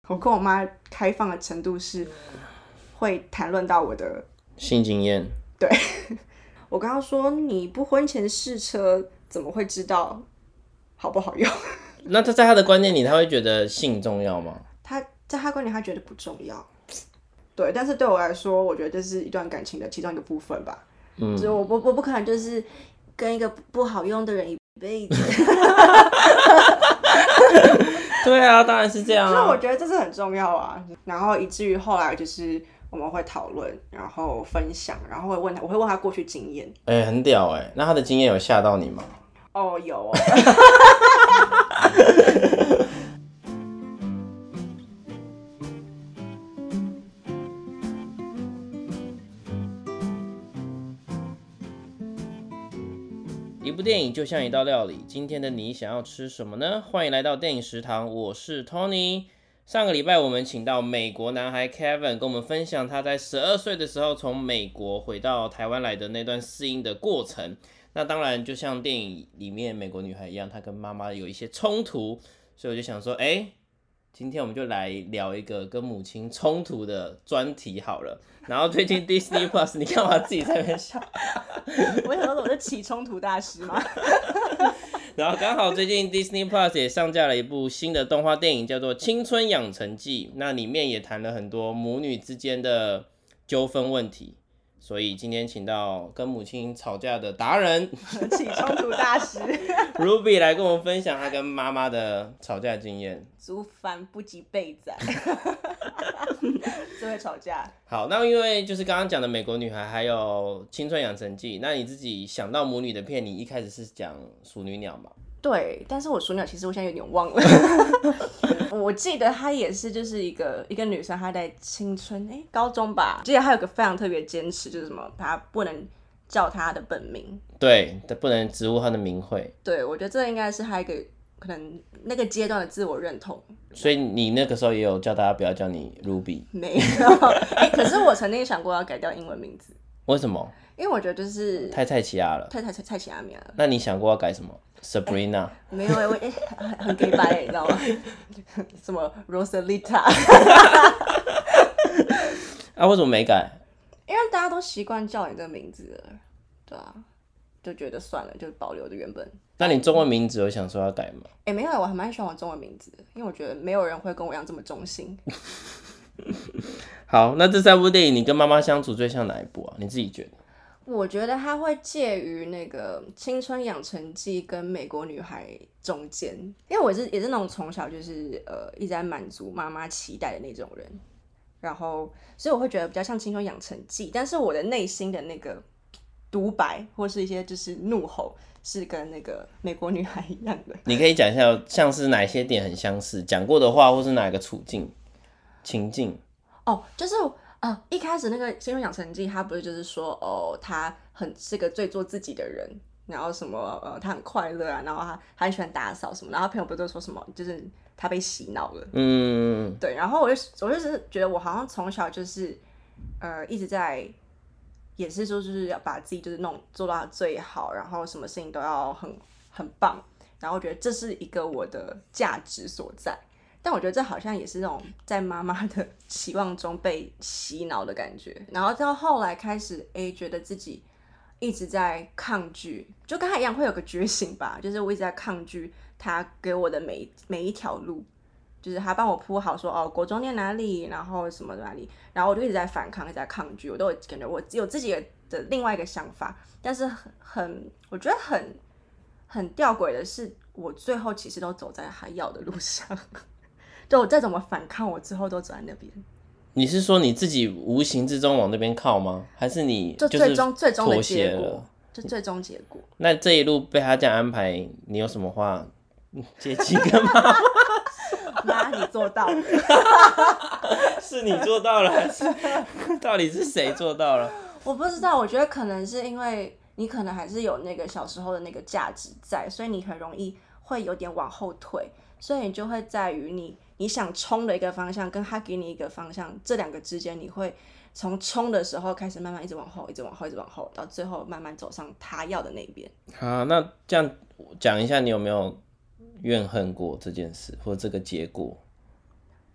我跟我妈开放的程度是会谈论到我的性经验。 对，我刚刚说你不婚前试车怎么会知道好不好用？ 那他在他的观念里，他会觉得性重要吗？ 他在他观点他觉得不重要，对，但是对我来说，我觉得这是一段感情的其中一个部分吧。就是我不可能就是跟一个不好用的人一辈子。 对啊，当然是这样啊。 所以我觉得这是很重要啊。然后以至于后来就是我们会讨论，然后分享，然后我会问他过去经验。 很屌那他的经验有吓到你吗？ 哦，有哦。 一部电影就像一道料理，今天的你想要吃什么呢？欢迎来到电影食堂，我是 Tony。上个礼拜我们请到美国男孩 Kevin 跟我们分享他在12岁的时候从美国回到台湾来的那段适应的过程。那当然就像电影里面美国女孩一样，她跟妈妈有一些冲突，所以我就想说今天我们就来聊一个跟母亲冲突的专题好了。然后最近 Disney Plus 你干嘛自己在那边笑？ 我想说我是起冲突大师吗？ 然后刚好最近 Disney Plus 也上架了一部新的动画电影，叫做《青春养成记》。那里面也谈了很多母女之间的纠纷问题。所以今天请到跟母亲吵架的达人起冲突大师 Ruby 来跟我们分享她跟妈妈的吵架经验。 竹凡不及被宰，只会吵架。 好，那因为就是刚刚讲的美国女孩，还有青春养成记，那你自己想到母女的片，你一开始是讲熟女鸟嘛？ 对，但是我熟鸟其实我现在有点忘了。我记得她也是就是一个女生，她在青春高中吧，记得她有个非常特别坚持，就是什么她不能叫她的本名， 对，不能直呼她的名讳。 对，我觉得这应该是她一个可能那个阶段的自我认同。 所以你那个时候也有叫大家不要叫你 Ruby？ 没有，可是我曾经想过要改掉英文名字。 为什么？ 因为我觉得就是太蔡奇亚了， 太蔡奇亚米了。 那你想过要改什么 ？Sabrina？ 没有很 gay 白，你知道吗？什么 Rosalita？ 为什么没改？ 因为大家都习惯叫你这个名字了，对啊，就觉得算了，就保留着原本。 那你中文名字有想说要改吗？ 没有，我还蛮喜欢我中文名字的，因为我觉得没有人会跟我一样这么忠心。 好，那这3部电影你跟妈妈相处最像哪一部啊？你自己觉得？ 我觉得它会介于那个《青春养成记》跟《美国女孩》中间，因为我也是那种从小就是一直在满足妈妈期待的那种人，然后所以我会觉得比较像《青春养成记》，但是我的内心的那个独白或是一些就是怒吼是跟那个《美国女孩》一样的。 你可以讲一下，像是哪些点很相似，讲过的话，或是哪一个处境、情境？ 就是一开始那个《青春养成记》，他不是就是说他是个最做自己的人，然后什么他很快乐啊，然后他很喜欢打扫什么，然后他朋友不都说什么，就是他被洗脑了，对，然后我就是觉得我好像从小就是一直在也是说就是要把自己就是做到最好，然后什么事情都要很棒，然后我觉得这是一个我的价值所在。但我觉得这好像也是那种在妈妈的期望中被洗脑的感觉，然后到后来开始觉得自己一直在抗拒，就跟他一样会有个觉醒吧，就是我一直在抗拒他给我的每一条路，就是他帮我铺好说国中念哪里，然后什么哪里，然后我就一直在反抗，一直在抗拒，我都有感觉我有自己的另外一个想法，但是我觉得很吊诡的是，我最后其实都走在他要的路上。就我再怎么反抗，我最后都走在那边。 你是说你自己无形之中往那边靠吗？还是你最终的结果？ 就最终结果。 那这一路被他这样安排，你有什么话接机跟妈妈？ 妈，你做到了。 是你做到了，还是到底是谁做到了？ 我不知道，我觉得可能是因为你可能还是有那个小时候的那个价值在，所以你很容易会有点往后退。所以你就会在于你想冲的一个方向，跟他给你一个方向，这两个之间，你会从冲的时候开始慢慢一直往后，一直往后，一直往后，到最后慢慢走上他要的那边。 好，那这样讲一下，你有没有怨恨过这件事或这个结果？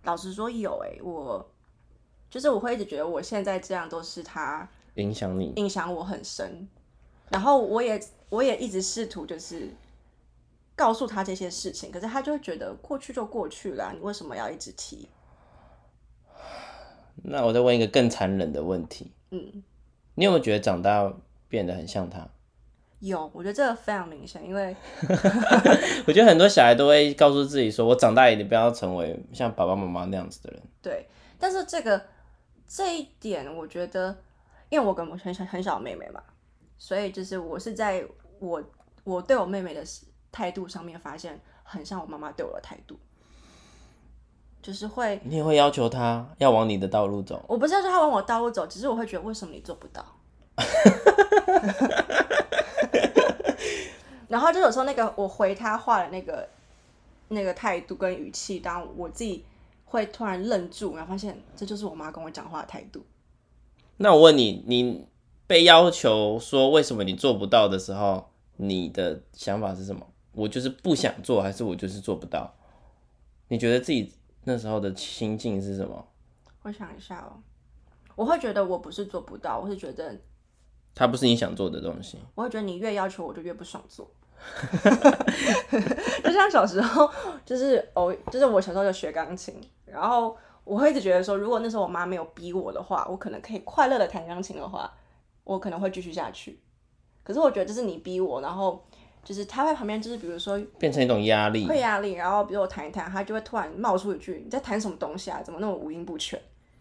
老实说有我我会一直觉得我现在这样都是他影响我很深，然后我也一直试图就是告诉他这些事情，可是他就会觉得过去就过去了，你为什么要一直提？ 那我再问一个更残忍的问题，你有没有觉得长大变得很像他？ 有，我觉得这个非常明显，因为我觉得很多小孩都会告诉自己说，我长大一定不要成为像爸爸妈妈那样子的人。 对，但是这一点，我觉得，因为我跟我很小的妹妹嘛，所以就是我是在我对我妹妹的态度上面发现很像我妈妈对我的态度，就是会， 你也会要求她要往你的道路走。 我不是要说她往我道路走，只是我会觉得为什么你做不到？然后就有时候我回他话的那个态度跟语气，当我自己会突然愣住，然后发现这就是我妈跟我讲话的态度。 那我问你，你被要求说为什么你做不到的时候，你的想法是什么？我就是不想做，还是我就是做不到？你觉得自己那时候的心境是什么？ 我想一下我会觉得我不是做不到，我是觉得它不是你想做的东西。 我会觉得你越要求我就越不想做。就像小时候，就是我小时候就学钢琴，然后我会一直觉得说，如果那时候我妈没有逼我的话，我可能可以快乐的弹钢琴的话，我可能会继续下去。可是我觉得就是你逼我，然后就是他在旁边，就是比如说变成一种压力， 会压力，然后比如我弹一弹，他就会突然冒出一句：“你在弹什么东西啊？怎么那么五音不全？”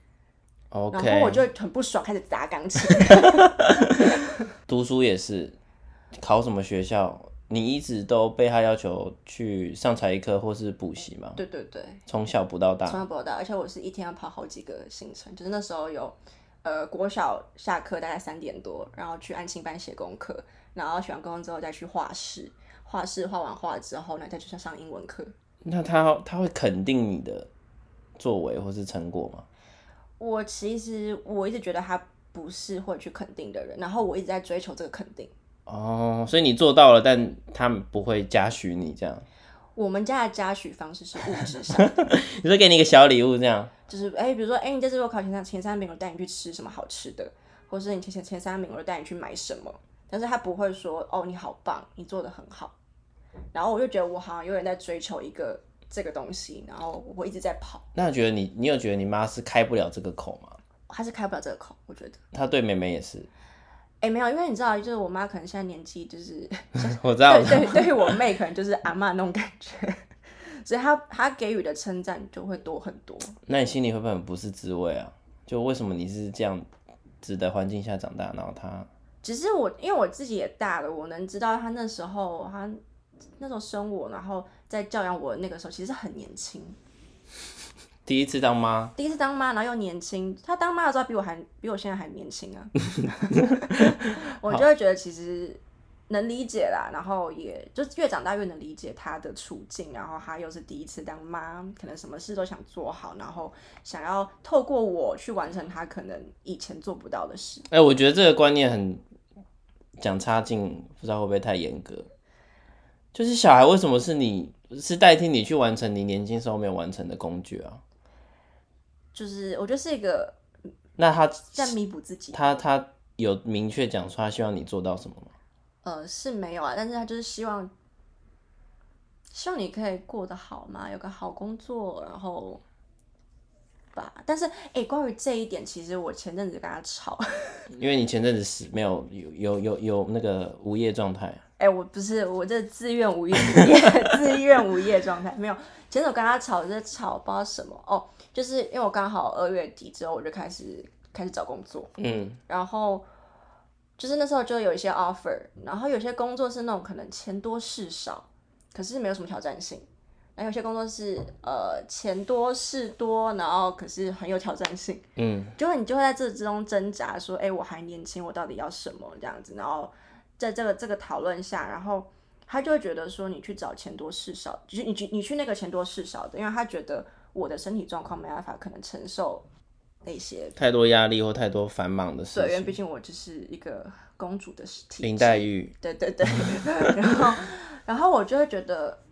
OK， 然后我就很不爽，开始砸钢琴。 读书也是，考什么学校，你一直都被他要求去上才艺课或是补习吗？ 对对对， 从小补到大， 从小补到大，而且我是一天要跑好几个行程，就是那时候有国小下课大概3点多，然后去安亲班写功课，然后写完功课之后再去画室，画完画之后呢，再去上英文课。 那他会肯定你的作为或是成果吗？ 其实我一直觉得他不是会去肯定的人，然后我一直在追求这个肯定。 哦，所以你做到了，但他们不会嘉许你这样。 我们家的嘉许方式是物质上的， 你说给你一个小礼物这样， 就是比如说你这次如果考前三名，我带你去吃什么好吃的，或是你前3名，我就带你去买什么。但是他不会说你好棒，你做的很好。然后我就觉得我好像有点在追求这个东西，然后我一直在跑。 那觉得你有觉得你妈是开不了这个口吗？ 她是开不了这个口，我觉得。 她对妹妹也是。 没有，因为你知道，就是我妈可能现在年纪就是我知道， 对于我妹可能就是阿嬷那种感觉，所以她给予的称赞就会多很多。 那你心里会不会很不是滋味啊？就为什么你是这样子的环境下长大，然后她只是因为我自己也大了，我能知道她那时候生我，然后在教养我的那个时候，其实很年轻。 第一次当妈， 然后又年轻，她当妈的时候比我现在还年轻啊。我就会觉得其实能理解啦，然后也就越长大越能理解她的处境，然后她又是第一次当妈，可能什么事都想做好，然后想要透过我去完成她可能以前做不到的事。 我觉得这个观念很讲差劲，不知道会不会太严格。就是小孩为什么是代替你去完成你年轻时候没有完成的工具啊？ 就是我觉得是一个， 那他在弥补自己。 他有明确讲说他希望你做到什么吗？ 是没有啊，但是他就是希望你可以过得好嘛，有个好工作，然后吧。但是关于这一点，其实我前阵子跟他吵， 因为你前阵子没有那个无业状态。 我不是，我这自愿无业状态没有。前阵子我跟他吵，就是吵不知道什么就是因为我刚好2月底之后我就开始找工作，然后就是那时候就有一些 offer， 然后有些工作是那种可能钱多事少，可是没有什么挑战性。然后有些工作是钱多事多，然后可是很有挑战性。就你就会在这之中挣扎，说我还年轻，我到底要什么这样子。然后在这个讨论下，然后他就会觉得说，你去找钱多事少，就是你去那个钱多事少的，因为他觉得我的身体状况没办法可能承受那些太多压力或太多繁忙的事情。 对，因为毕竟我就是一个公主的体质， 林黛玉。 对。然后我就会觉得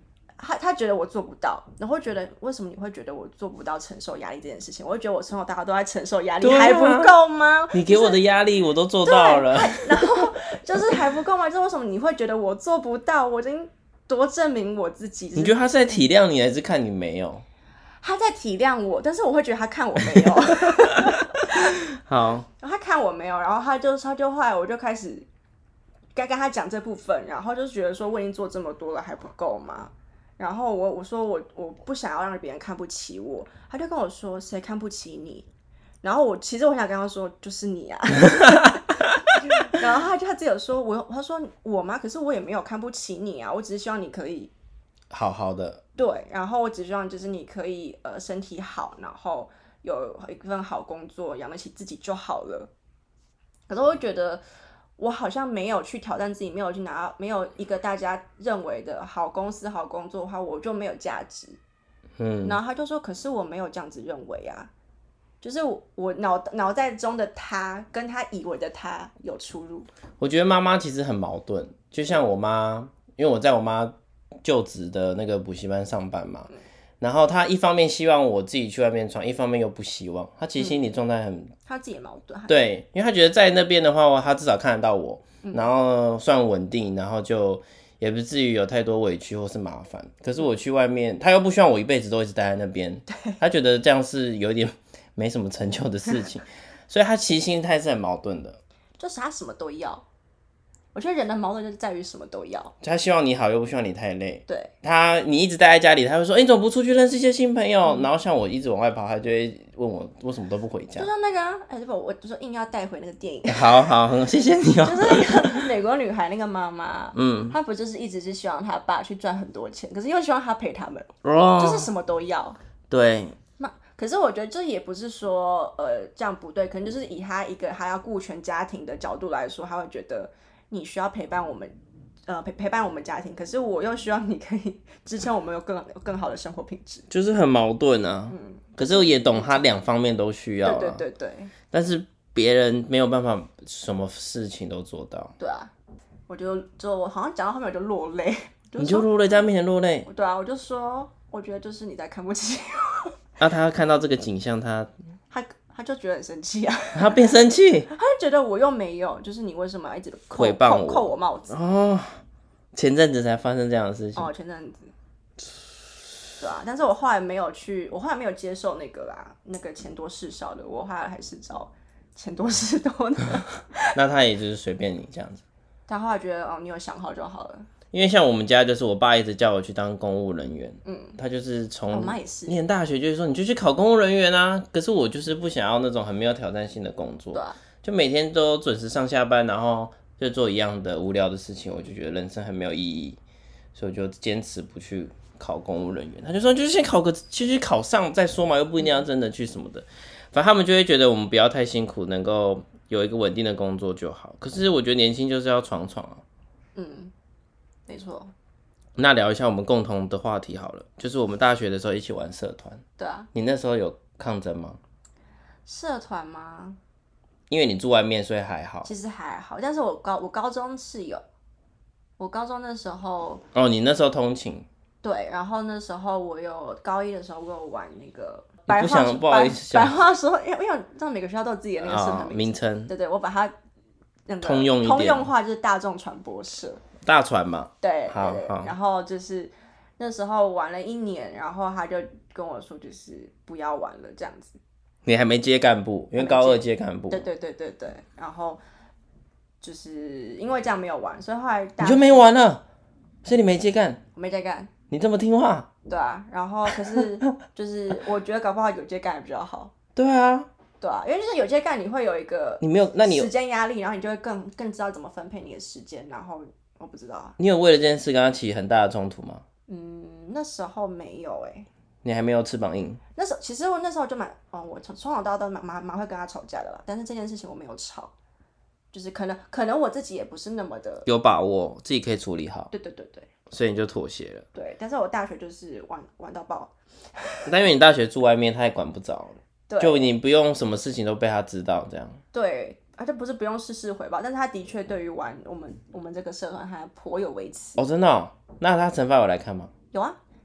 他觉得我做不到，然后觉得为什么你会觉得我做不到承受压力这件事情？我会觉得我从小到大都在承受压力，还不够吗？ 你给我的压力我都做到了， 然后就是还不够吗？就是为什么你会觉得我做不到？我已经多证明我自己。 你觉得他是在体谅你，还是看你没有？ 他在体谅我，但是我会觉得他看我没有。 好， 他看我没有，然后他就后来我就开始该跟他讲这部分，然后就觉得说我已经做这么多了，还不够吗？然后我说我不想要让别人看不起我，他就跟我说谁看不起你？然后其实我想跟他说就是你啊。然后他自己有说他说我吗？可是我也没有看不起你啊，我只是希望你可以好好的。 对，然后我只希望就是你可以身体好，然后有一份好工作，养得起自己就好了。可是我会觉得我好像没有去挑战自己，没有去没有一个大家认为的好公司、好工作的话，我就没有价值。然后他就说，可是我没有这样子认为啊，就是我脑袋中的他跟他以为的他有出入。 我觉得妈妈其实很矛盾，就像我妈，因为我在我妈就职的那个补习班上班嘛，然后她一方面希望我自己去外面闯，一方面又不希望。她其实心理状态很， 她自己也矛盾。 对，因为她觉得在那边的话，她至少看得到我，然后算稳定，然后就也不至于有太多委屈或是麻烦。可是我去外面，她又不希望我一辈子都一直待在那边，她觉得这样是有点没什么成就的事情，所以她其实心态是很矛盾的， 就是她什么都要。我觉得人的矛盾就是在于什么都要， 他希望你好，又不希望你太累。 对， 你一直待在家里，他会说：“你怎么不出去认识一些新朋友？”然后像我一直往外跑，他就会问我为什么都不回家。 就像那个我就说硬要带回那个电影。 好，谢谢你哦。 就是那个美国女孩那个妈妈，她不就是一直是希望她爸去赚很多钱，可是又希望他陪他们，就是什么都要。 对。 可是我觉得这也不是说这样不对，可能就是以他一个他要顾全家庭的角度来说，他会觉得你需要陪伴我们，陪伴我们家庭，可是我又希望你可以支撑我们有更好的生活品质， 就是很矛盾啊。可是我也懂他两方面都需要啊。 对。 但是别人没有办法什么事情都做到。 对啊，我好像讲到后面我就落泪。 你就落泪，在他面前落泪。 对啊，我就说，我觉得就是你在看不起我。 那他看到这个景象，他就觉得很生气啊， 他变生气， 他就觉得我又没有，就是你为什么要一直诽谤我， 扣我帽子？ 哦，前阵子才发生这样的事情。 前阵子，对啊，但是我后来没有接受那个啦，那个钱多事少的，我后来还是找钱多事多的。 那他也就是随便你这样子。 他后来觉得你有想好就好了。 因为像我们家就是我爸一直叫我去当公务人员，他就是从念大学就是说你就去考公务人员啊，可是我就是不想要那种很没有挑战性的工作， 对啊， 就每天都准时上下班，然后就做一样的无聊的事情，我就觉得人生很没有意义，所以我就坚持不去考公务人员。他就说就是先去考上再说嘛，又不一定要真的去什么的，反正他们就会觉得我们不要太辛苦，能够有一个稳定的工作就好。可是我觉得年轻就是要闯闯啊。 没错。 那聊一下我们共同的话题好了，就是我们大学的时候一起玩社团。 对啊。 你那时候有抗争吗？ 社团吗？ 因为你住外面，所以还好。 其实还好，但是我高中是有，我高中那时候。 哦，你那时候通勤。 对，然后那时候我有高一的时候，我有玩那个不好意思， 白话说，因为这样每个学校都有自己的那个社团名称。 对，我把它通用化，就是大众传播社。 大传嘛。 对， 好。 然后就是那时候玩了1年，然后他就跟我说，就是不要玩了这样子。 你还没接干部，因为高2接干部。 对，然后就是因为这样没有玩，所以后来你就没玩了，所以你没接干。 我没接干。 你这么听话。 对啊，然后可是就是我觉得搞不好有接干也比较好。 对啊， 因为就是有接干你会有一个时间压力，然后你就会更知道怎么分配你的时间，然后我不知道啊。 你有为了这件事跟他起很大的冲突吗？ 那时候没有你还没有翅膀硬。 其实我那时候就我从小到大都蛮会跟他吵架的啦，但是这件事情我没有吵，就是可能我自己也不是那么的有把握自己可以处理好。 对， 所以你就妥协了。 对，但是我大学就是玩到爆。 但因为你大学住外面，他也管不着， 对， 就你不用什么事情都被他知道这样。 对，这不是不用事事回报，但是他的确对于玩我们这个社团还颇有微词。 哦，真的哦？那他惩罚有来看吗？ 有啊，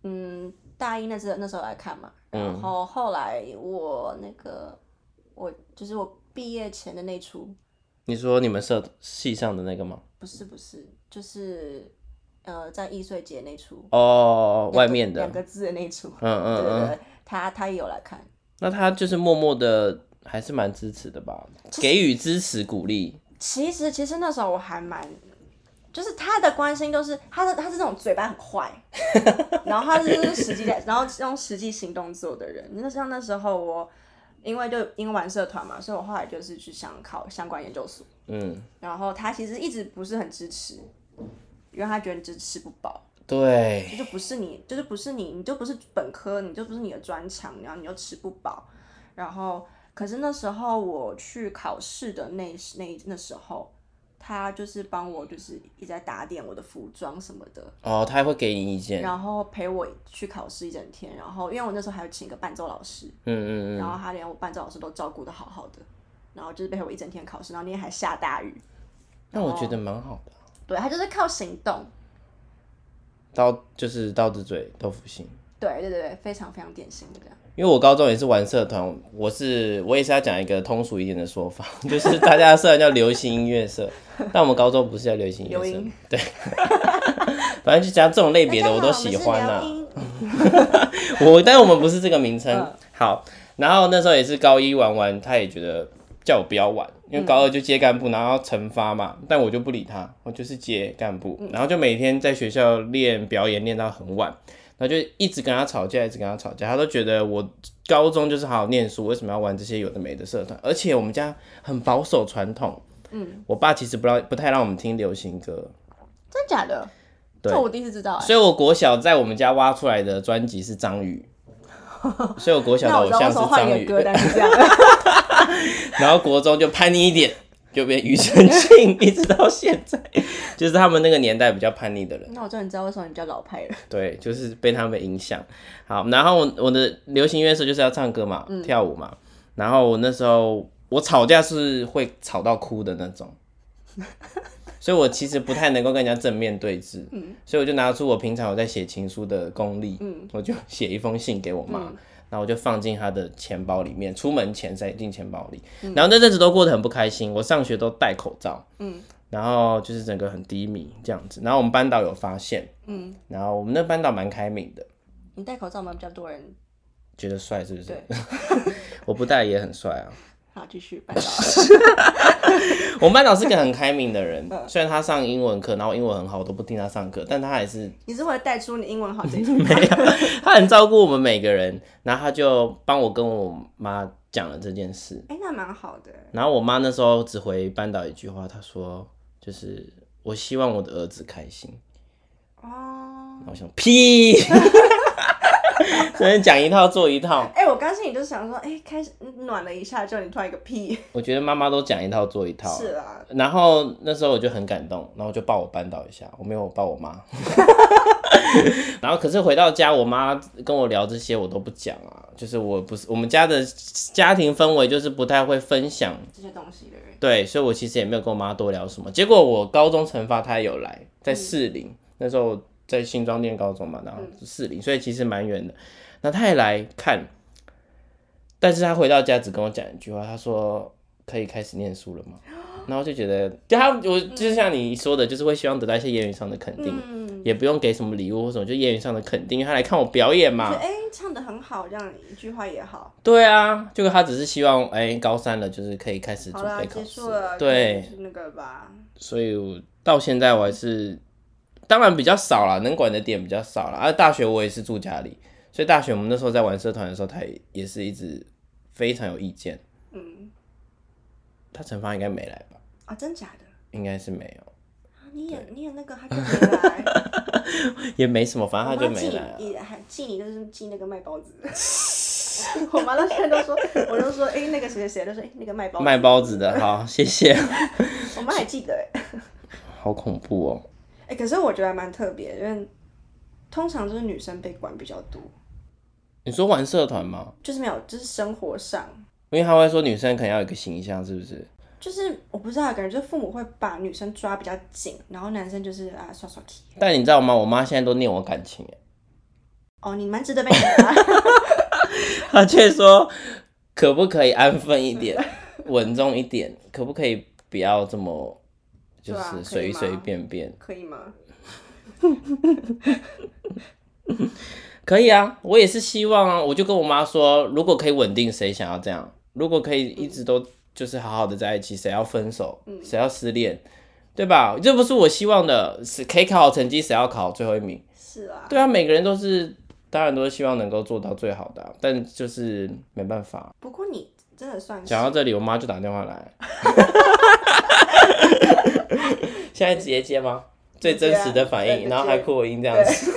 大一那时候来看嘛，然后后来我就是我毕业前的那出， 你说你们系上的那个吗？ 不是，就是在易碎节那出哦，外面的 2个字的那出， 嗯对，他也有来看。 那他就是默默的，还是蛮支持的吧，给予支持鼓励。 其实那时候我还就是他的关心都是他是那种嘴巴很坏，然后他就是实际然后用实际行动做的人。像那时候我因为玩社团嘛，所以我后来就是去想考相关研究所。然后他其实一直不是很支持，因为他觉得你就是吃不饱。 对， 就不是你，你就不是本科，你就不是你的专长，然后你又吃不饱。然后，可是那时候我去考试的那时候，他就是帮我就是一直在打点我的服装什么的。 哦，他还会给你意见， 然后陪我去考试一整天。然后因为我那时候还有请一个伴奏老师，然后他连我伴奏老师都照顾得好好的，然后就是陪我一整天考试，然后那天还下大雨。 那我觉得蛮好的。 对，他就是靠行动。 就是刀子嘴豆腐心。 对，非常非常典型的这样。 因为我高中也是玩社团，我也是要讲一个通俗一点的说法，就是大家的社团叫流行音乐社，但我们高中不是叫流行音乐社，对，反正就讲这种类别的我都喜欢啊。但我们不是这个名称。好，然后那时候也是高一玩完，他也觉得叫我不要玩，因为高二就接干部，然后惩罚嘛，但我就不理他，我就是接干部，然后就每天在学校练表演，练到很晚，然后就一直跟他吵架，他都觉得我高中就是好好念书，为什么要玩这些有的没的社团？而且我们家很保守传统，我爸其实不太让我们听流行歌。 真假的？ 对， 这我第一次知道。 所以我国小在我们家挖出来的专辑是张宇。所以我国小的偶像是张宇，然后国中就叛逆一点，就变庾澄庆，一直到现在，就是他们那个年代比较叛逆的人。 那我终于知道为什么你比较老派了。 对，就是被他们影响。好，然后我的流行音乐社就是要唱歌嘛，跳舞嘛。然后我那时候我吵架是会吵到哭的那种，所以我其实不太能够跟人家正面对峙，所以我就拿出我平常有在写情书的功力，我就写一封信给我妈，然后我就放进她的钱包里面，出门前塞进钱包里，然后那阵子都过得很不开心，我上学都戴口罩，然后就是整个很低迷这样子，然后我们班导有发现，然后我们那班导蛮开明的。 你戴口罩吗？比较多人觉得帅是不是？ 对， 我不戴也很帅啊。 好，继续班导。 我们班导是个很开明的人，虽然他上英文课，然后英文很好，我都不听他上课，但他还是。 你是为了带出你英文好这一句？ 没有，他很照顾我们每个人，然后他就帮我跟我妈讲了这件事。 那蛮好的。 然后我妈那时候只回班导一句话，她说：“就是我希望我的儿子开心。”哦。我想屁。真的讲一套做一套。 我刚心里就想说，开始暖了一下，就你突然一个屁。 我觉得妈妈都讲一套做一套。 是啊。然后那时候我就很感动，然后就抱我班导一下，我没有抱我妈。然后可是回到家，我妈跟我聊这些我都不讲啊，就是我们家的家庭氛围就是不太会分享这些东西的人。 对，所以我其实也没有跟我妈多聊什么。结果我高中惩罚她也有来，在士林，那时候在新庄念高中嘛，然后士林，所以其实蛮远的。那他也来看，但是他回到家只跟我讲一句话，他说可以开始念书了吗？然后就觉得，我就是像你说的，就是会希望得到一些言语上的肯定，也不用给什么礼物或什么，就言语上的肯定，因为他来看我表演嘛。 唱得很好，这样一句话也好。 对啊，结果他只是希望，高三了，就是可以开始准备考试。 结束了， 对， 就是那个吧。 所以我到现在我还是，当然比较少啦，能管的点比较少啦。大学我也是住家里。所以大学我们那时候在玩社团的时候，他也是一直非常有意见。他惩罚应该没来吧？ 啊，真假的？ 应该是没有。 你也那个，他就没来。 也没什么，反正他就没来。 也还记你就是记那个卖包子。我妈到现在都说，我就说，那个谁谁都说，那个卖包子的，好，谢谢。 我妈还记得好恐怖哦。 可是我觉得还蛮特别，因为通常就是女生被管比较多。 你说玩社团吗？ 就是没有，就是生活上。 因为他会说女生可能要有一个形象，是不是？ 就是我不知道，感觉就是父母会把女生抓比较紧，然后男生就是耍耍气。 但你知道吗？我妈现在都念我感情。 哦，你蛮值得被打的。 他却说可不可以安分一点，稳重一点，可不可以不要这么就是随随便便？ 可以吗？ 可以啊，我也是希望啊，我就跟我妈说，如果可以稳定，谁想要这样？如果可以一直都就是好好的在一起，谁要分手？谁要失恋？对吧？这不是我希望的，可以考好成绩，谁要考最后一名？ 是啊。 对啊，每个人都是，当然都是希望能够做到最好的啊，但就是没办法。 不过你真的算是讲到这里，我妈就打电话来，现在直接接吗？最真实的反应，然后还扩音这样子。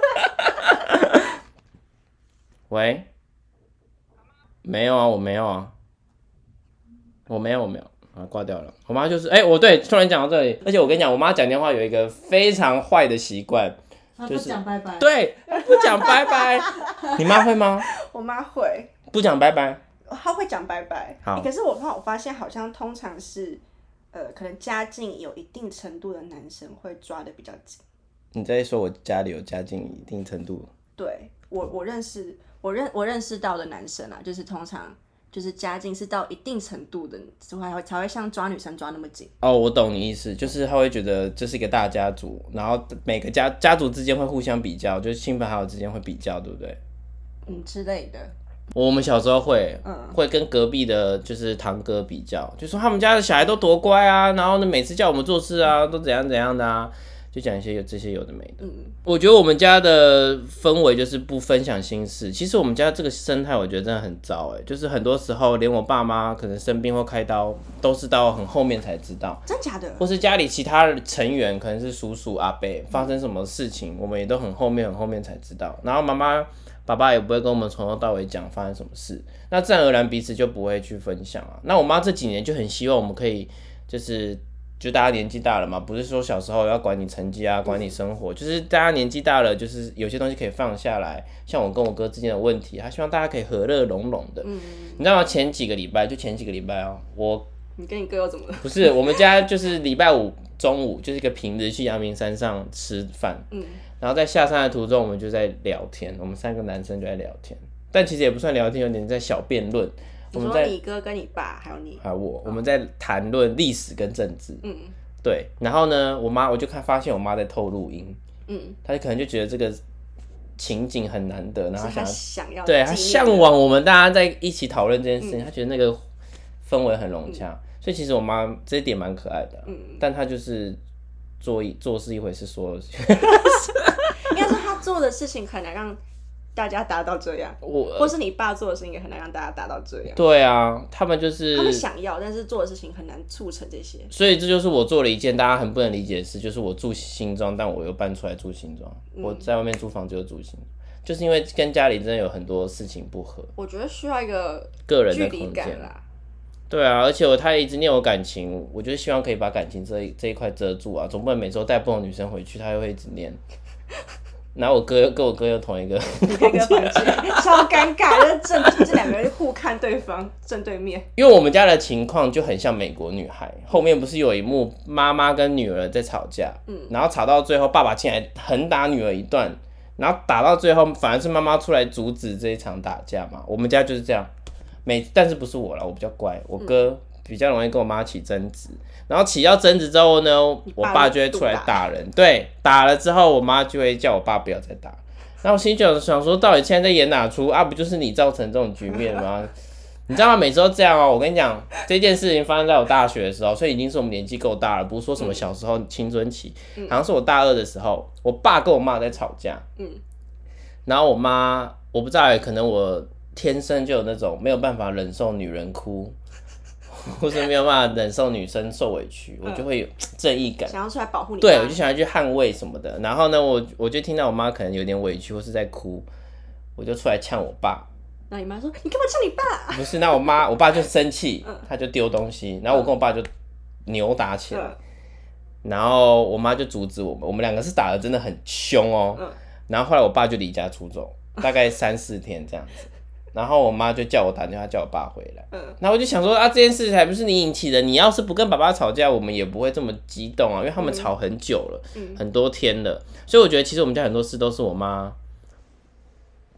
喂，没有啊，我没有啊，我没有啊，挂掉了。我妈就是，突然讲到这里，而且我跟你讲，我妈讲电话有一个非常坏的习惯，就是不讲拜拜。 对，不讲拜拜。你妈会吗？ 我妈会。 不讲拜拜。 她会讲拜拜。 好。 可是我发现好像通常是，可能家境有一定程度的男生会抓得比较紧。 你在说我家里有家境一定程度？ 对，我认识到的男生啊，就是通常就是家境是到一定程度的，才会像抓女生抓那么紧。 哦，我懂你意思，就是他会觉得这是一个大家族，然后每个家族之间会互相比较，就是亲朋好友之间会比较，对不对？ 之类的。 我们小时候会跟隔壁的就是堂哥比较，就说他们家的小孩都多乖啊，然后呢每次叫我们做事啊都怎样怎样的啊，就讲一些这些有的没的。我觉得我们家的氛围就是不分享心事。其实我们家这个生态，我觉得真的很糟就是很多时候连我爸妈可能生病或开刀，都是到很后面才知道。 真假的？ 或是家里其他成员，可能是叔叔阿伯发生什么事情，我们也都很后面才知道。然后妈妈爸爸也不会跟我们从头到尾讲发生什么事，那自然而然彼此就不会去分享啊。那我妈这几年就很希望我们可以就大家年纪大了嘛，不是说小时候要管你成绩啊，管你生活，就是大家年纪大了，就是有些东西可以放下来。像我跟我哥之间的问题，他希望大家可以和乐融融的。你知道吗？前几个礼拜你跟你哥又怎么了？ 不是，我们家就是礼拜五中午就是一个平日去阳明山上吃饭，然后在下山的途中我们就在聊天，我们3个男生就在聊天，但其实也不算聊天，有点在小辩论。 你说你哥跟你爸还有你还有我们在谈论历史跟政治，对。然后呢，我就发现我妈在偷录音，她可能就觉得这个情景很难得，然后她想要对她向往我们大家在一起讨论这件事情，她觉得那个氛围很融洽，所以其实我妈这一点蛮可爱的，但她就是做事一回事，说的应该是她做的事情很难让大家达到这样，或是你爸做的事情也很难让大家达到这样。 对啊，他们想要，但是做的事情很难促成这些。 所以这就是我做了一件大家很不能理解的事，就是我住新庄，但我又搬出来住新庄，我在外面租房子又住新庄，就是因为跟家里真的有很多事情不合。 我觉得需要一个个人的空间啦。对啊，而且他一直念我感情，我就希望可以把感情这一块遮住啊，总不能每周带不同女生回去，他又会一直念。然后跟我哥又同一个房间，超尴尬，这2个人互看对方，正对面。 因为我们家的情况就很像美国女孩，后面不是有一幕妈妈跟女儿在吵架，然后吵到最后爸爸进来狠打女儿一顿，然后打到最后反而是妈妈出来阻止这一场打架嘛。我们家就是这样，但是不是我啦，我比较乖，我哥比较容易跟我妈起争执。然后起要争执之后呢，我爸就会出来打人，对，打了之后我妈就会叫我爸不要再打。然后我心里就想说，到底现在在演哪出啊？不就是你造成这种局面吗？你知道吗？每次都这样我跟你讲，这件事情发生在我大学的时候，所以已经是我们年纪够大了，不是说什么小时候青春期，好像是我大2的时候，我爸跟我妈在吵架，然后我妈我不知道可能我天生就有那种没有办法忍受女人哭。或是没有办法忍受女生受委屈，我就会有正义感， 想要出来保护你。 对，我就想要去捍卫什么的。然后呢，我就听到我妈可能有点委屈或是在哭，我就出来呛我爸。 那你妈说：“你干嘛呛你爸？” 不是，那我爸就生气，他就丢东西，然后我跟我爸就扭打起来，然后我妈就阻止我们2个是打得真的很凶然后后来我爸就离家出走，大概3-4天这样子。然后我妈就叫我打电话叫我爸回来，然后我就想说这件事还不是你引起的，你要是不跟爸爸吵架，我们也不会这么激动因为他们吵很久了，很多天了，所以我觉得其实我们家很多事都是我妈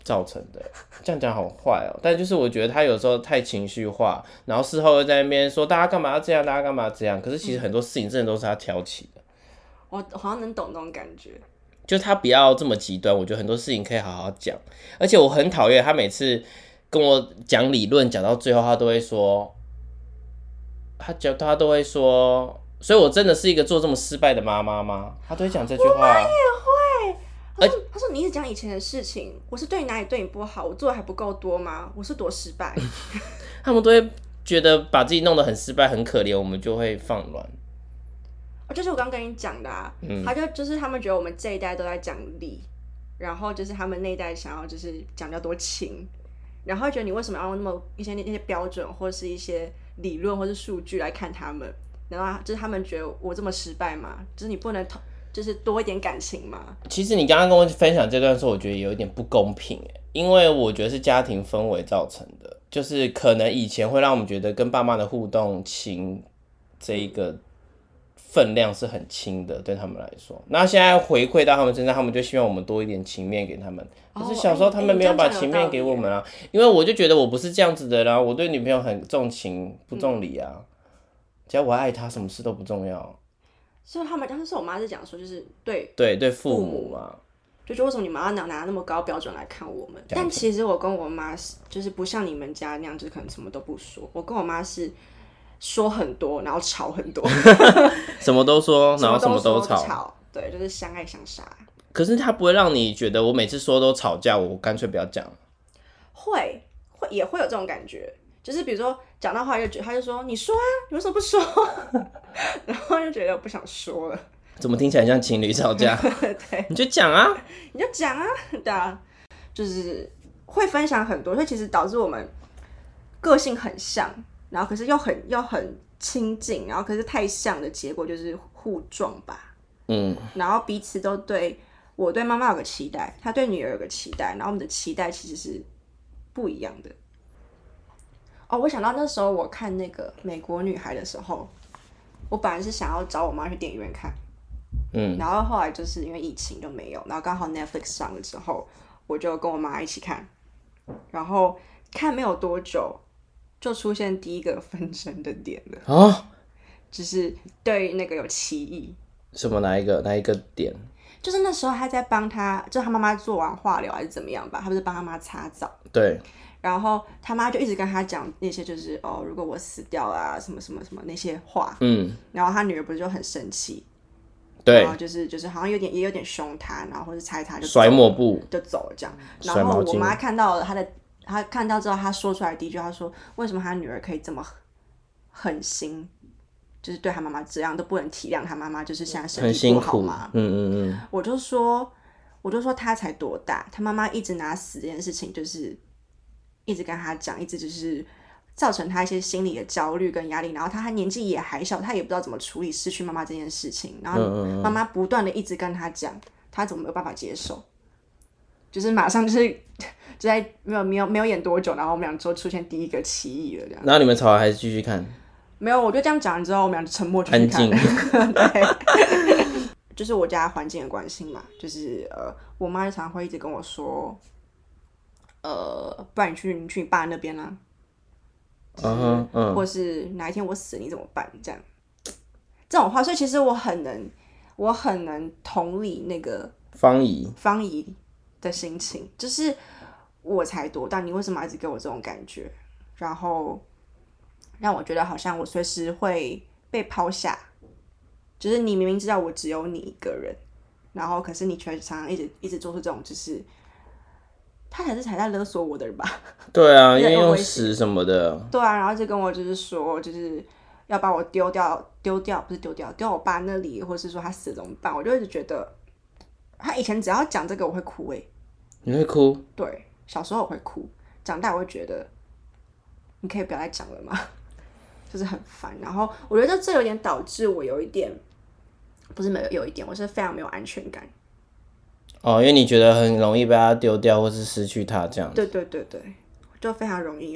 造成的。这样讲好坏哦，但就是我觉得他有时候太情绪化，然后事后又在那边说大家干嘛要这样，大家干嘛要这样，可是其实很多事情真的都是他挑起的。 我好像能懂那种感觉。 就他不要这么极端，我觉得很多事情可以好好讲。而且我很讨厌他每次跟我讲理论，讲到最后他都会说，他都会说，所以我真的是一个做这么失败的妈妈吗？他都会讲这句话。 我妈也会。他说你一直讲以前的事情，我是对你哪里对你不好，我做的还不够多吗？我是多失败。 他们都会觉得把自己弄得很失败、很可怜，我们就会放软。 就是我刚跟你讲的啊，就是他们觉得我们这一代都在讲理，然后就是他们那一代想要就是讲比较多情，然后觉得你为什么要用那么那些标准或是一些理论或是数据来看他们，然后就是他们觉得我这么失败嘛，就是你不能就是多一点感情嘛。 其实你刚刚跟我分享这段时候，我觉得有一点不公平，因为我觉得是家庭氛围造成的，就是可能以前会让我们觉得跟爸妈的互动情这一个分量是很轻的，对他们来说。那现在回馈到他们身上，他们就希望我们多一点情面给他们。可是小时候他们没有把情面给我们啊，因为我就觉得我不是这样子的啦，我对女朋友很重情不重理啊，只要我爱她，什么事都不重要。 所以当时我妈是讲说，就是对父母嘛， 就觉得为什么你们要拿那么高标准来看我们？但其实我跟我妈就是不像你们家那样，就是可能什么都不说。我跟我妈是说很多，然后吵很多， 什么都说，然后什么都吵，对，就是相爱相杀。 可是他不会让你觉得我每次说都吵架，我干脆不要讲。 也会有这种感觉，就是比如说讲到话他就说你说啊，你为什么不说？然后就觉得我不想说了。 怎么听起来像情侣吵架？ 对， 你就讲啊， 对啊，就是会分享很多，所以其实导致我们个性很像，然后可是又很亲近，然后可是太像的结果就是互撞吧。然后彼此都我对妈妈有个期待，她对女儿有个期待，然后我们的期待其实是不一样的。哦，我想到那时候我看那个美国女孩的时候，我本来是想要找我妈去电影院看，然后后来就是因为疫情就没有，然后刚好 Netflix 上了之后，我就跟我妈一起看，然后看没有多久就出现第一个纷争的点了啊，就是对那个有歧义。 什么哪一个点？ 就是那时候他在帮他，就他妈妈做完化疗还是怎么样吧，他不是帮他妈擦澡。 对。 然后他妈就一直跟他讲那些，就是如果我死掉啊，什么什么什么那些话。然后他女儿不是就很生气，对，然后就是好像也有点凶他，然后或者擦一擦就甩抹布就走了这样。然后我妈看到了他看到之后，他说出来第一句，他说为什么他女儿可以这么狠心？就是对他妈妈这样都不能体谅他妈妈，就是现在身体不好嘛。我就说他才多大，他妈妈一直拿死这件事情，就是一直跟他讲，一直就是造成他一些心理的焦虑跟压力。然后他年纪也还小，他也不知道怎么处理失去妈妈这件事情。然后妈妈不断的一直跟他讲，他怎么没有办法接受？就是马上就在没有演多久，然后我们俩就出现第一个歧义了，这样。 然后你们吵完还是继续看？ 没有，我就这样讲完之后，我们俩就沉默继续看。对，就是我家环境的关系嘛，就是我妈常常会一直跟我说，不然你去你爸那边啦，或是哪一天我死了你怎么办？这样这种话，所以其实我很能同理那个方姨的心情，就是我才多大，你为什么一直给我这种感觉？然后让我觉得好像我随时会被抛下，就是你明明知道我只有你一个人，然后可是你却常常一直做出这种，就是他才是在勒索我的人吧？对啊，因为用死什么的。 对啊，然后就跟我就是说，就是要把我丢掉，不是丢掉我爸那里，或是说他死了怎么办？我就一直觉得，他以前只要讲这个我会哭你会哭？ 对，小时候我会哭，长大我会觉得，你可以不要再讲了吗？就是很烦，然后我觉得这有点导致我有一点，不是有一点，我是非常没有安全感。 因为你觉得很容易被他丢掉，或是失去他这样。 对，就非常容易。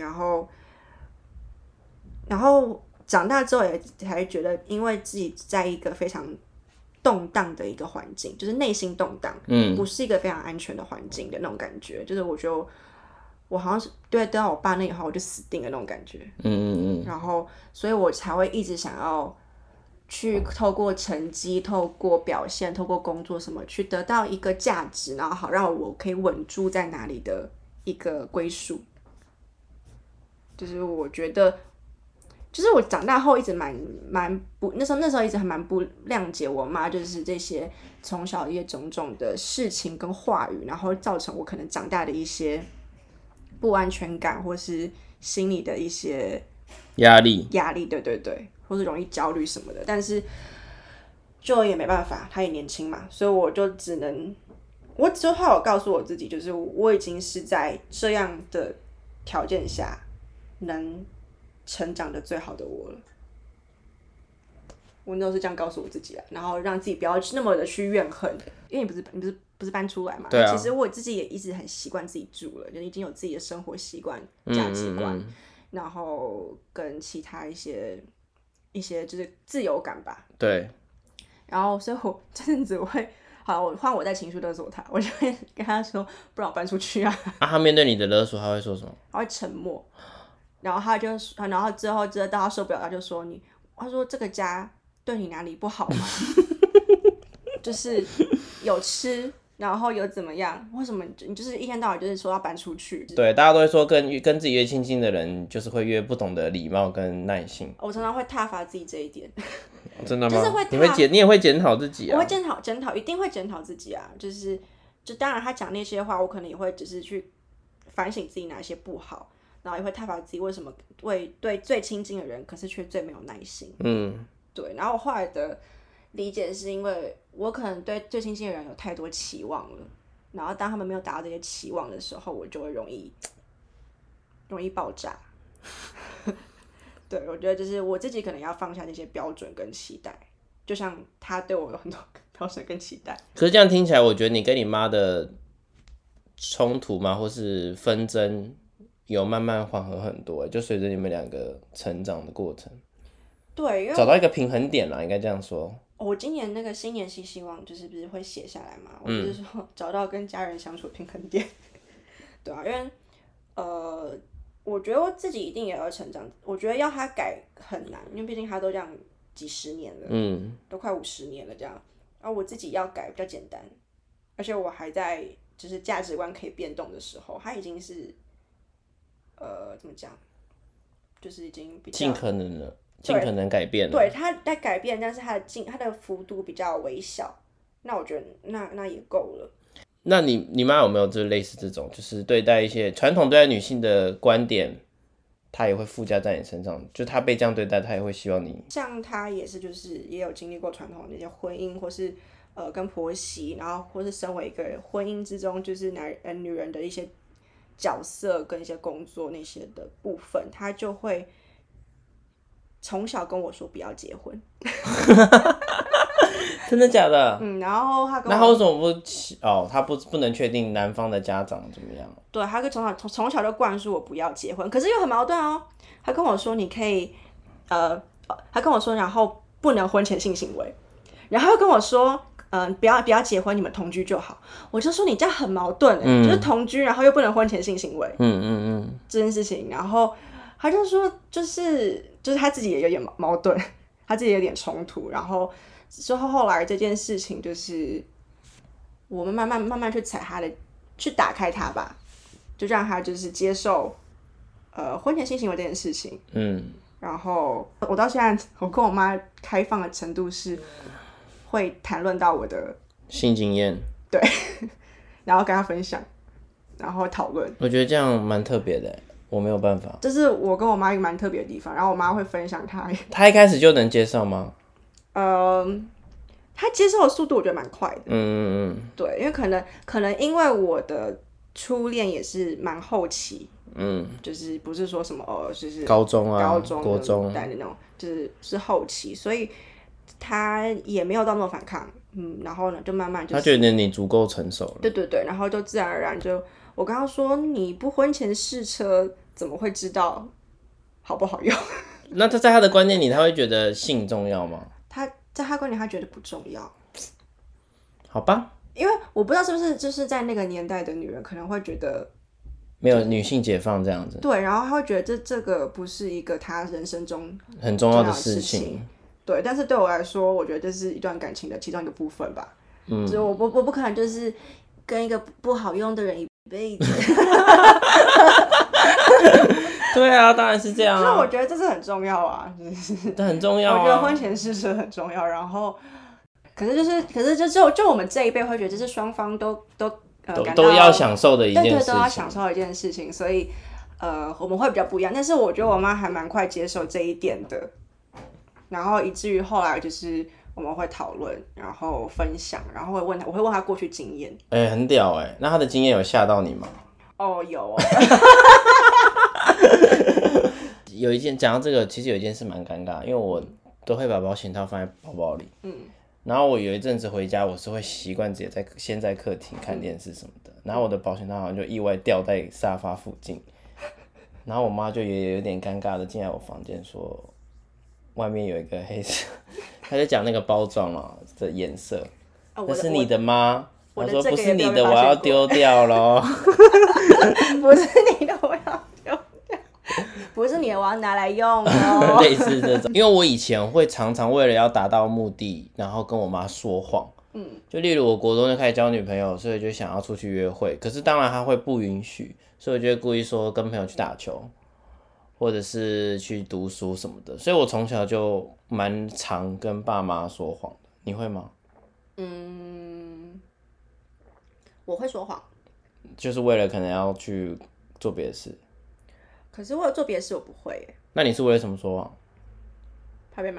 然后长大之后也才觉得，因为自己在一个非常动荡的一个环境，就是内心动荡，不是一个非常安全的环境的那种感觉。就是我觉得我好像是对到我爸那以后我就死定了那种感觉。然后所以我才会一直想要去透过成绩、透过表现、透过工作什么去得到一个价值，然后好让我可以稳住在哪里的一个归属。就是我觉得。就是我长大后一直蛮不那时候一直还蛮不谅解我妈，就是这些从小一些种种的事情跟话语，然后造成我可能长大的一些不安全感，或是心理的一些压力， 对，或是容易焦虑什么的。但是就也没办法，她也年轻嘛，所以我就只能，我之后我告诉我自己，就是我已经是在这样的条件下能成长的最好的我了。我那时候是这样告诉我自己的，然后让自己不要那么的去怨恨，因为你不是搬出来嘛， 对啊， 其实我自己也一直很习惯自己住了，就已经有自己的生活习惯、价值观，然后跟其他一些就是自由感吧。 对。 然后所以我这阵子我换我在情绪勒索他，我就会跟他说，不然我搬出去啊。 他面对你的勒索，他会说什么？ 他会沉默。然后然后之后到他受不了，他就说他说这个家对你哪里不好吗？就是有吃，然后有怎么样？为什么你就是一天到晚就是说要搬出去？ 对，大家都会说跟自己越亲近的人，就是会越不懂得礼貌跟耐心。 我常常会挞伐自己这一点。 真的吗？ 就是你也会检讨自己啊？ 我会检讨，一定会检讨自己啊。就当然他讲那些话，我可能也会只是去反省自己哪些不好。然后也会挞伐自己为什么对最亲近的人，可是却最没有耐心。对。然后我后来的理解是因为我可能对最亲近的人有太多期望了，然后当他们没有达到这些期望的时候，我就会容易爆炸。对，我觉得就是我自己可能要放下那些标准跟期待，就像他对我有很多标准跟期待。 可是这样听起来，我觉得你跟你妈的冲突嘛，或是纷争。有慢慢缓和很多，就随着你们两个成长的过程， 对，因为找到一个平衡点啦，应该这样说。 我今年那个新年新希望就是不是会写下来嘛？我就是说找到跟家人相处的平衡点，对啊，因为我觉得我自己一定也要成长，我觉得要他改很难，因为毕竟他都这样几十年了，都快50年了这样，然后我自己要改比较简单，而且我还在就是价值观可以变动的时候，他已经是。怎么讲？就是已经比较尽可能改变了。 对，他在改变，但是他的幅度比较微小。那我觉得那也够了。 那你妈有没有就是类似这种，就是对待一些传统对待女性的观点，她也会附加在你身上？就她被这样对待，她也会希望你像她也是，就是也有经历过传统的那些婚姻，或是跟婆媳，然后或是身为一个婚姻之中，就是女人的一些。角色跟一些工作那些的部分，他就会从小跟我说不要结婚。 真的假的？ 然后他跟我那他为什么不他不能确定男方的家长怎么样？ 对，他从小就灌输我不要结婚，可是又很矛盾哦。他跟我说你可以他跟我说然后不能婚前性行为，然后又跟我说不要结婚，你们同居就好。我就说你这样很矛盾，就是同居，然后又不能婚前性行为，这件事情。然后他就说，就是他自己也有点矛盾，他自己有点冲突。然后之后来这件事情，就是我们慢慢去去打开他吧，就让他就是接受婚前性行为这件事情。然后我到现在，我跟我妈开放的程度是。会谈论到我的性经验， 对，然后跟他分享，然后讨论。 我觉得这样蛮特别的，我没有办法。 这是我跟我妈一个蛮特别的地方，然后我妈会分享她。 她一开始就能接受吗？ 她接受的速度我觉得蛮快的。对，因为可能因为我的初恋也是蛮后期，就是不是说什么就是高中国中代的那种，是后期，所以。他也没有到那么反抗，然后呢，就慢慢他觉得你足够成熟了， 对，然后就自然而然就，我刚刚说你不婚前试车怎么会知道好不好用？ 那他在他的观念里，他会觉得性重要吗？ 他在他观念他觉得不重要， 好吧， 因为我不知道是不是就是在那个年代的女人可能会觉得没有女性解放这样子， 对，然后她会觉得这个不是一个她人生中很重要的事情。 对，但是对我来说，我觉得这是一段感情的其中一个部分吧。就是我不可能就是跟一个不好用的人一辈子。 对啊，当然是这样啊。 所以我觉得这是很重要啊，就是这很重要啊。 我觉得婚前试车很重要，然后可是就我们这一辈会觉得这是双方都要享受的一件事情， 对，都要享受的一件事情，所以我们会比较不一样。但是我觉得我妈还蛮快接受这一点的，然后以至于后来就是我们会讨论，然后分享，然后我会问她过去经验。 很屌那她的经验有吓到你吗？ 哦，有哦。 有一件讲到这个，其实有一件事蛮尴尬，因为我都会把保险套放在包包里，然后我有一阵子回家，我是会习惯直接先在客厅看电视什么的，然后我的保险套好像就意外掉在沙发附近，然后我妈就也有点尴尬的进来我房间说，外面有一个黑色，她就讲那个包装的颜色，那是你的吗？她说不是你的，我要丢掉咯。 不是你的，我要丢掉。不是你的，我要拿来用哦。 类似这种，因为我以前会常常为了要达到目的，然后跟我妈说谎。就例如我国中就开始交女朋友，所以就想要出去约会，可是当然她会不允许，所以我就会故意说跟朋友去打球，或者是去读书什么的。所以我从小就蛮常跟爸妈说谎的。你会吗？ 我会说谎， 就是为了可能要去做别的事。 可是为了做别的事我不会耶。 那你是为了什么说谎？ 怕被骂。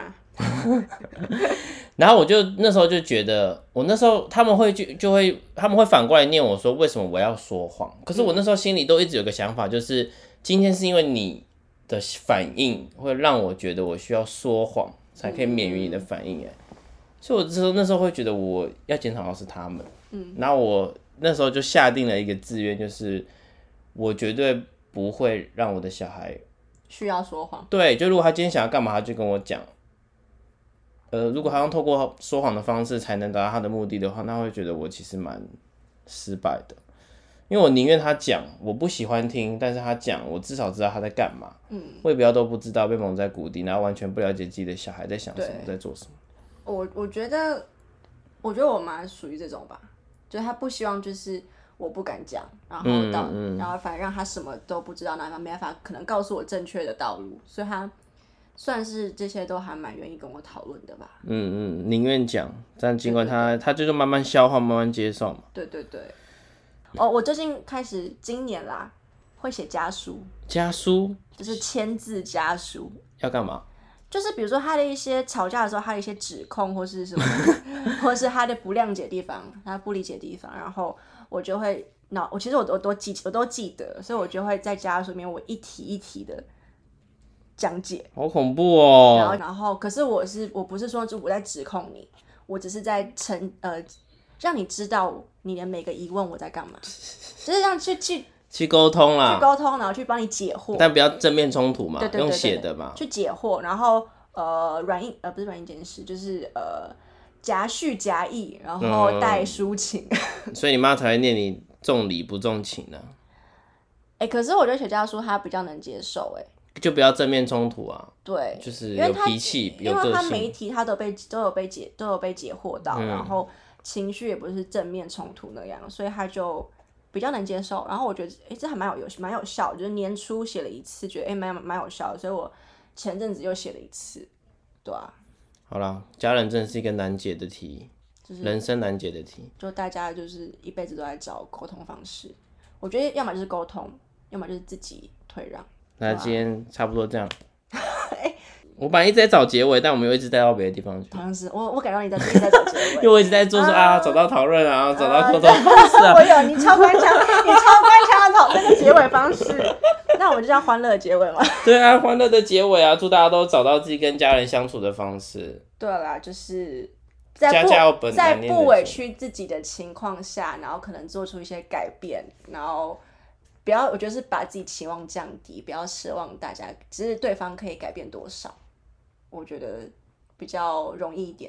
然后我就那时候就觉得，我那时候他们会他们会反过来念我说为什么我要说谎？可是我那时候心里都一直有个想法，就是今天是因为你的反应会让我觉得我需要说谎才可以免于你的反应所以我那时候会觉得我要检讨的是他们。然后我那时候就下定了一个志愿，就是我绝对不会让我的小孩需要说谎。 对，就如果他今天想要干嘛，他就跟我讲。如果他用透过说谎的方式才能达到他的目的的话，那会觉得我其实蛮失败的。因为我宁愿他讲，我不喜欢听，但是他讲，我至少知道他在干嘛。我也不要都不知道，被蒙在鼓底，然后完全不了解自己的小孩在想什么，在做什么。 我觉得我妈属于这种吧，就是她不希望就是我不敢讲，然后然后反正让她什么都不知道，然后没办法可能告诉我正确的道路，所以她算是这些都还蛮愿意跟我讨论的吧。 宁愿讲，但尽管他就是慢慢消化，慢慢接受嘛。 对。我最近开始今年啦，会写家书。 家书就是签字家书。 要干嘛？ 就是比如说他的一些吵架的时候，他的一些指控或是什么，或是他的不谅解的地方，他不理解的地方，然后我就会其实我都记得，所以我就会在家书里面我一题一题的讲解。 好恐怖哦！ 然后可是我不是说就我在指控你，我只是在让你知道你的每个疑问我在干嘛，就是让去沟通啦， 去沟通，然后去帮你解惑， 但不要正面冲突嘛， 对用写的嘛， 去解惑，然后不是软硬兼施，就是夹叙夹议，然后带抒情。 所以你妈才会念你重理不重情呢。 可是我觉得写家书她比较能接受就不要正面冲突啊。 对， 就是有脾气，有个性。 因为他每一题他都有被解惑到，然后情绪也不是正面冲突那样，所以他就比较能接受。然后我觉得这还蛮有效，就是年初写了一次，觉得蛮有效的，所以我前阵子又写了一次，对啊。 好啦，家人真的是一个难解的题，就是人生难解的题。 就大家就是一辈子都在找沟通方式，我觉得要么就是沟通，要么就是自己退让。 那今天差不多这样。我本来一直在找结尾，但我们又一直带到别的地方去。 好像是我感到你一直在找结尾， 因为我一直在做说找到讨论啊，找到沟通方式啊。 我有，你超官腔的讨论的结尾方式。那我们就叫欢乐的结尾嘛。 对啊，欢乐的结尾啊，祝大家都找到自己跟家人相处的方式。 对啦，就是在不委屈自己的情况下，然后可能做出一些改变，然后不要，我觉得是把自己期望降低，不要奢望大家，只是对方可以改变多少，我觉得比较容易一点。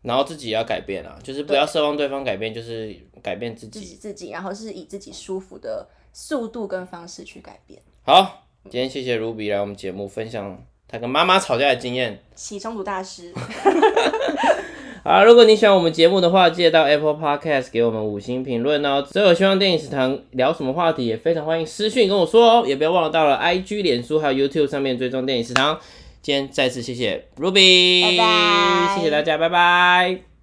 然后自己也要改变啊，就是不要奢望对方改变，就是改变自己， 然后是以自己舒服的速度跟方式去改变。 好，今天谢谢 Ruby 来我们节目分享他跟妈妈吵架的经验， 起冲突大师。 好，如果你喜欢我们节目的话，记得到 Apple Podcast 给我们5星评论哦。最后，希望电影食堂聊什么话题，也非常欢迎私讯跟我说哦。也不要忘了到了 IG、脸书还有 YouTube 上面追踪电影食堂。今天再次谢谢 Ruby， 拜拜， 谢谢大家，拜拜。